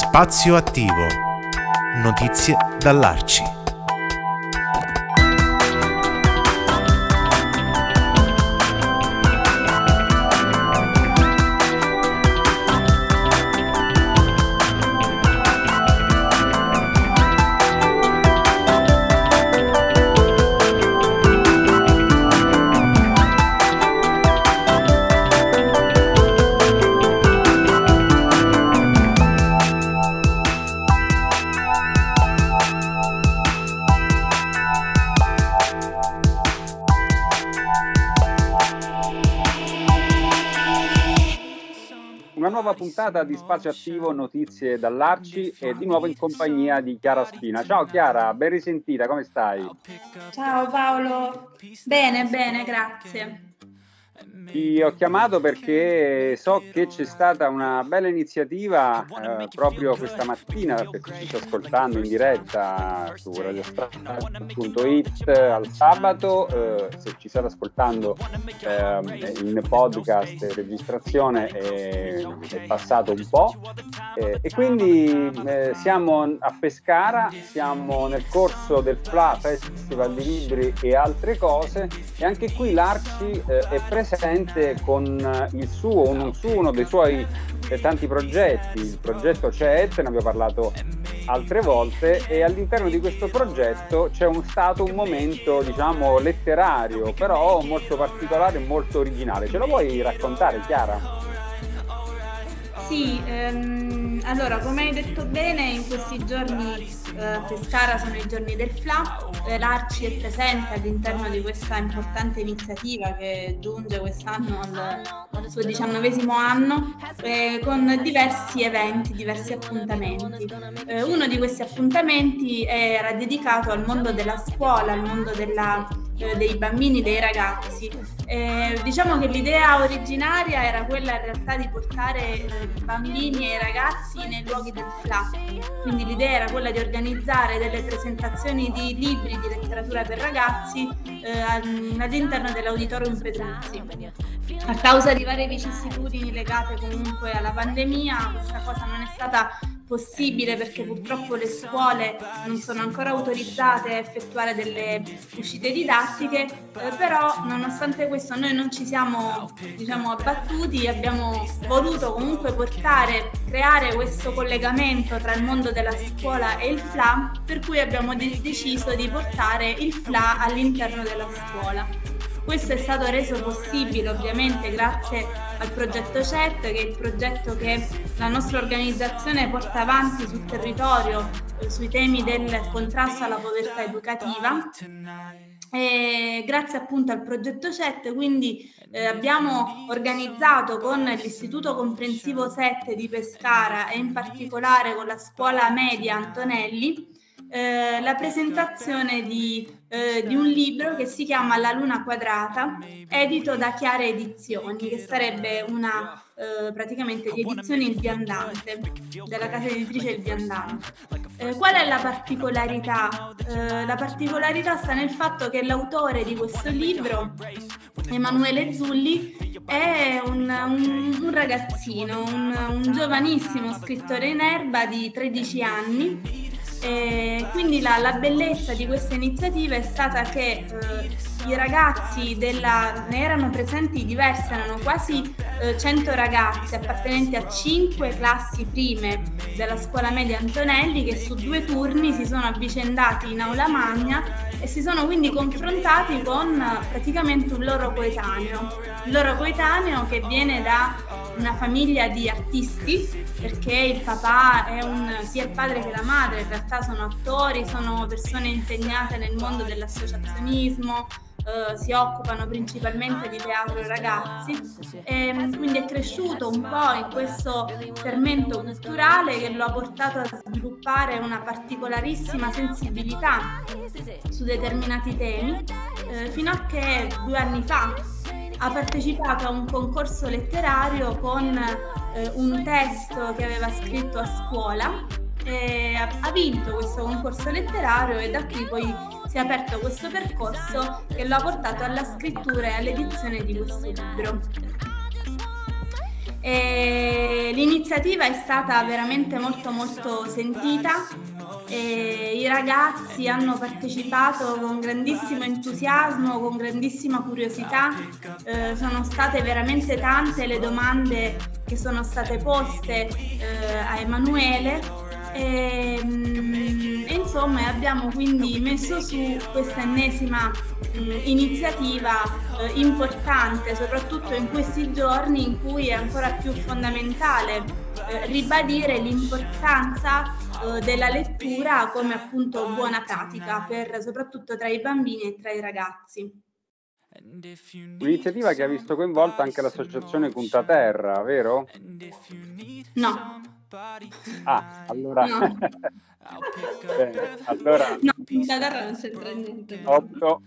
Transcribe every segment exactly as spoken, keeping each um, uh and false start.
Spazio Attivo. Notizie dall'Arci. Una nuova puntata di Spazio Attivo, notizie dall'Arci, e di nuovo in compagnia di Chiara Spina. Ciao Chiara, ben risentita, come stai? Ciao Paolo, bene, bene, grazie. Ti ho chiamato perché so che c'è stata una bella iniziativa eh, proprio questa mattina, per chi ci sta ascoltando in diretta su radiostart punto it al sabato. Eh, se ci state ascoltando eh, in podcast e registrazione eh, è passato un po', eh, e quindi eh, siamo a Pescara, siamo nel corso del F L A, Festival di Libri e altre cose, e anche qui l'Arci eh, è presente con il suo, un, su uno dei suoi eh, tanti progetti, il progetto C E T, ne abbiamo parlato altre volte, e all'interno di questo progetto c'è un, stato un momento, diciamo, letterario, però molto particolare e molto originale. Ce lo vuoi raccontare, Chiara? Sì, ehm, allora, come hai detto bene, in questi giorni eh, Pescara sono i giorni del F L A, eh, l'Arci è presente all'interno di questa importante iniziativa che giunge quest'anno al, al suo diciannovesimo anno, eh, con diversi eventi, diversi appuntamenti. Eh, uno di questi appuntamenti era dedicato al mondo della scuola, al mondo della, eh, dei bambini, dei ragazzi. Eh, diciamo che l'idea originaria era quella in realtà di portare eh, bambini e ragazzi nei luoghi del F L A, quindi l'idea era quella di organizzare delle presentazioni di libri di letteratura per ragazzi eh, all'interno dell'Auditorium Petruzzi. A causa di varie vicissitudini legate comunque alla pandemia, questa cosa non è stata possibile perché purtroppo le scuole non sono ancora autorizzate a effettuare delle uscite didattiche, eh, però nonostante questo noi non ci siamo, diciamo, abbattuti, abbiamo voluto comunque portare, creare questo collegamento tra il mondo della scuola e il F L A, per cui abbiamo de- deciso di portare il F L A all'interno della scuola. Questo è stato reso possibile ovviamente grazie al progetto C E T, che è il progetto che la nostra organizzazione porta avanti sul territorio eh, sui temi del contrasto alla povertà educativa. E grazie appunto al progetto C E T quindi eh, abbiamo organizzato con l'Istituto Comprensivo sette di Pescara e in particolare con la scuola media Antonelli Eh, la presentazione di, eh, di un libro che si chiama La Luna Quadrata, edito da Chiara Edizioni, che sarebbe una eh, praticamente di edizione Il Viandante, della casa editrice Il Viandante. Eh, qual è la particolarità? Eh, la particolarità sta nel fatto che l'autore di questo libro, Emanuele Zulli, è un, un, un ragazzino, un, un giovanissimo scrittore in erba di tredici anni. E quindi la, la bellezza di questa iniziativa è stata che eh, i ragazzi della, ne erano presenti diversi, erano quasi eh, cento ragazzi appartenenti a cinque classi prime della scuola media Antonelli, che su due turni si sono avvicendati in aula magna e si sono quindi confrontati con praticamente un loro coetaneo, il loro coetaneo che viene da una famiglia di artisti, perché il papà è un, sia il padre che la madre in realtà sono attori, sono persone impegnate nel mondo dell'associazionismo, eh, si occupano principalmente di teatro ragazzi, e quindi è cresciuto un po' in questo fermento culturale che lo ha portato a sviluppare una particolarissima sensibilità su determinati temi, eh, fino a che due anni fa ha partecipato a un concorso letterario con eh, un testo che aveva scritto a scuola, e ha, ha vinto questo concorso letterario, e da qui poi si è aperto questo percorso che lo ha portato alla scrittura e all'edizione di questo libro. E l'iniziativa è stata veramente molto molto sentita e i ragazzi hanno partecipato con grandissimo entusiasmo, con grandissima curiosità. Eh, sono state veramente tante le domande che sono state poste eh, a Emanuele e, e insomma abbiamo quindi messo su questa ennesima mh, iniziativa eh, importante, soprattutto in questi giorni in cui è ancora più fondamentale eh, ribadire l'importanza eh, della lettura come appunto buona pratica per soprattutto tra i bambini e tra i ragazzi. Un'iniziativa che ha visto coinvolta anche l'associazione Punta Terra, vero? No. Ah, allora... No. Bene, allora... No, Punta Terra non c'entra niente. Otto...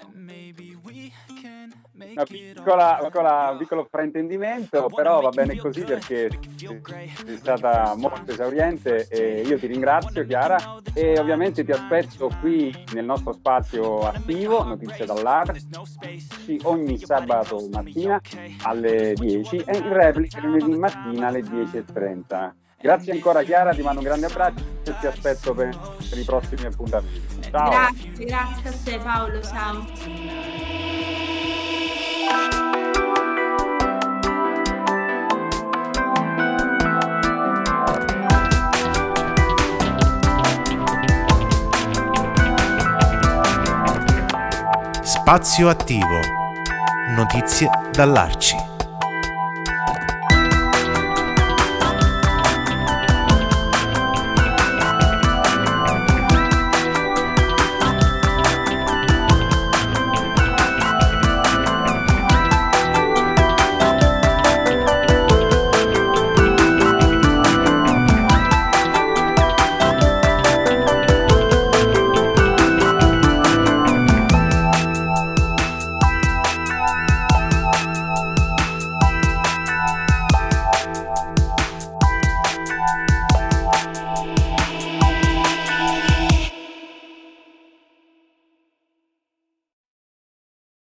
Una piccola, piccola, un piccolo fraintendimento, però va bene così perché sei stata molto esauriente e io ti ringrazio, Chiara, e ovviamente ti aspetto qui nel nostro spazio attivo Notizie dall'Arci ogni sabato mattina alle dieci e in replica lunedì mattina alle dieci e trenta. Grazie ancora, Chiara, ti mando un grande abbraccio e ti aspetto per, per i prossimi appuntamenti. Ciao. Grazie, grazie a te Paolo, ciao. Spazio attivo. Notizie dall'Arci.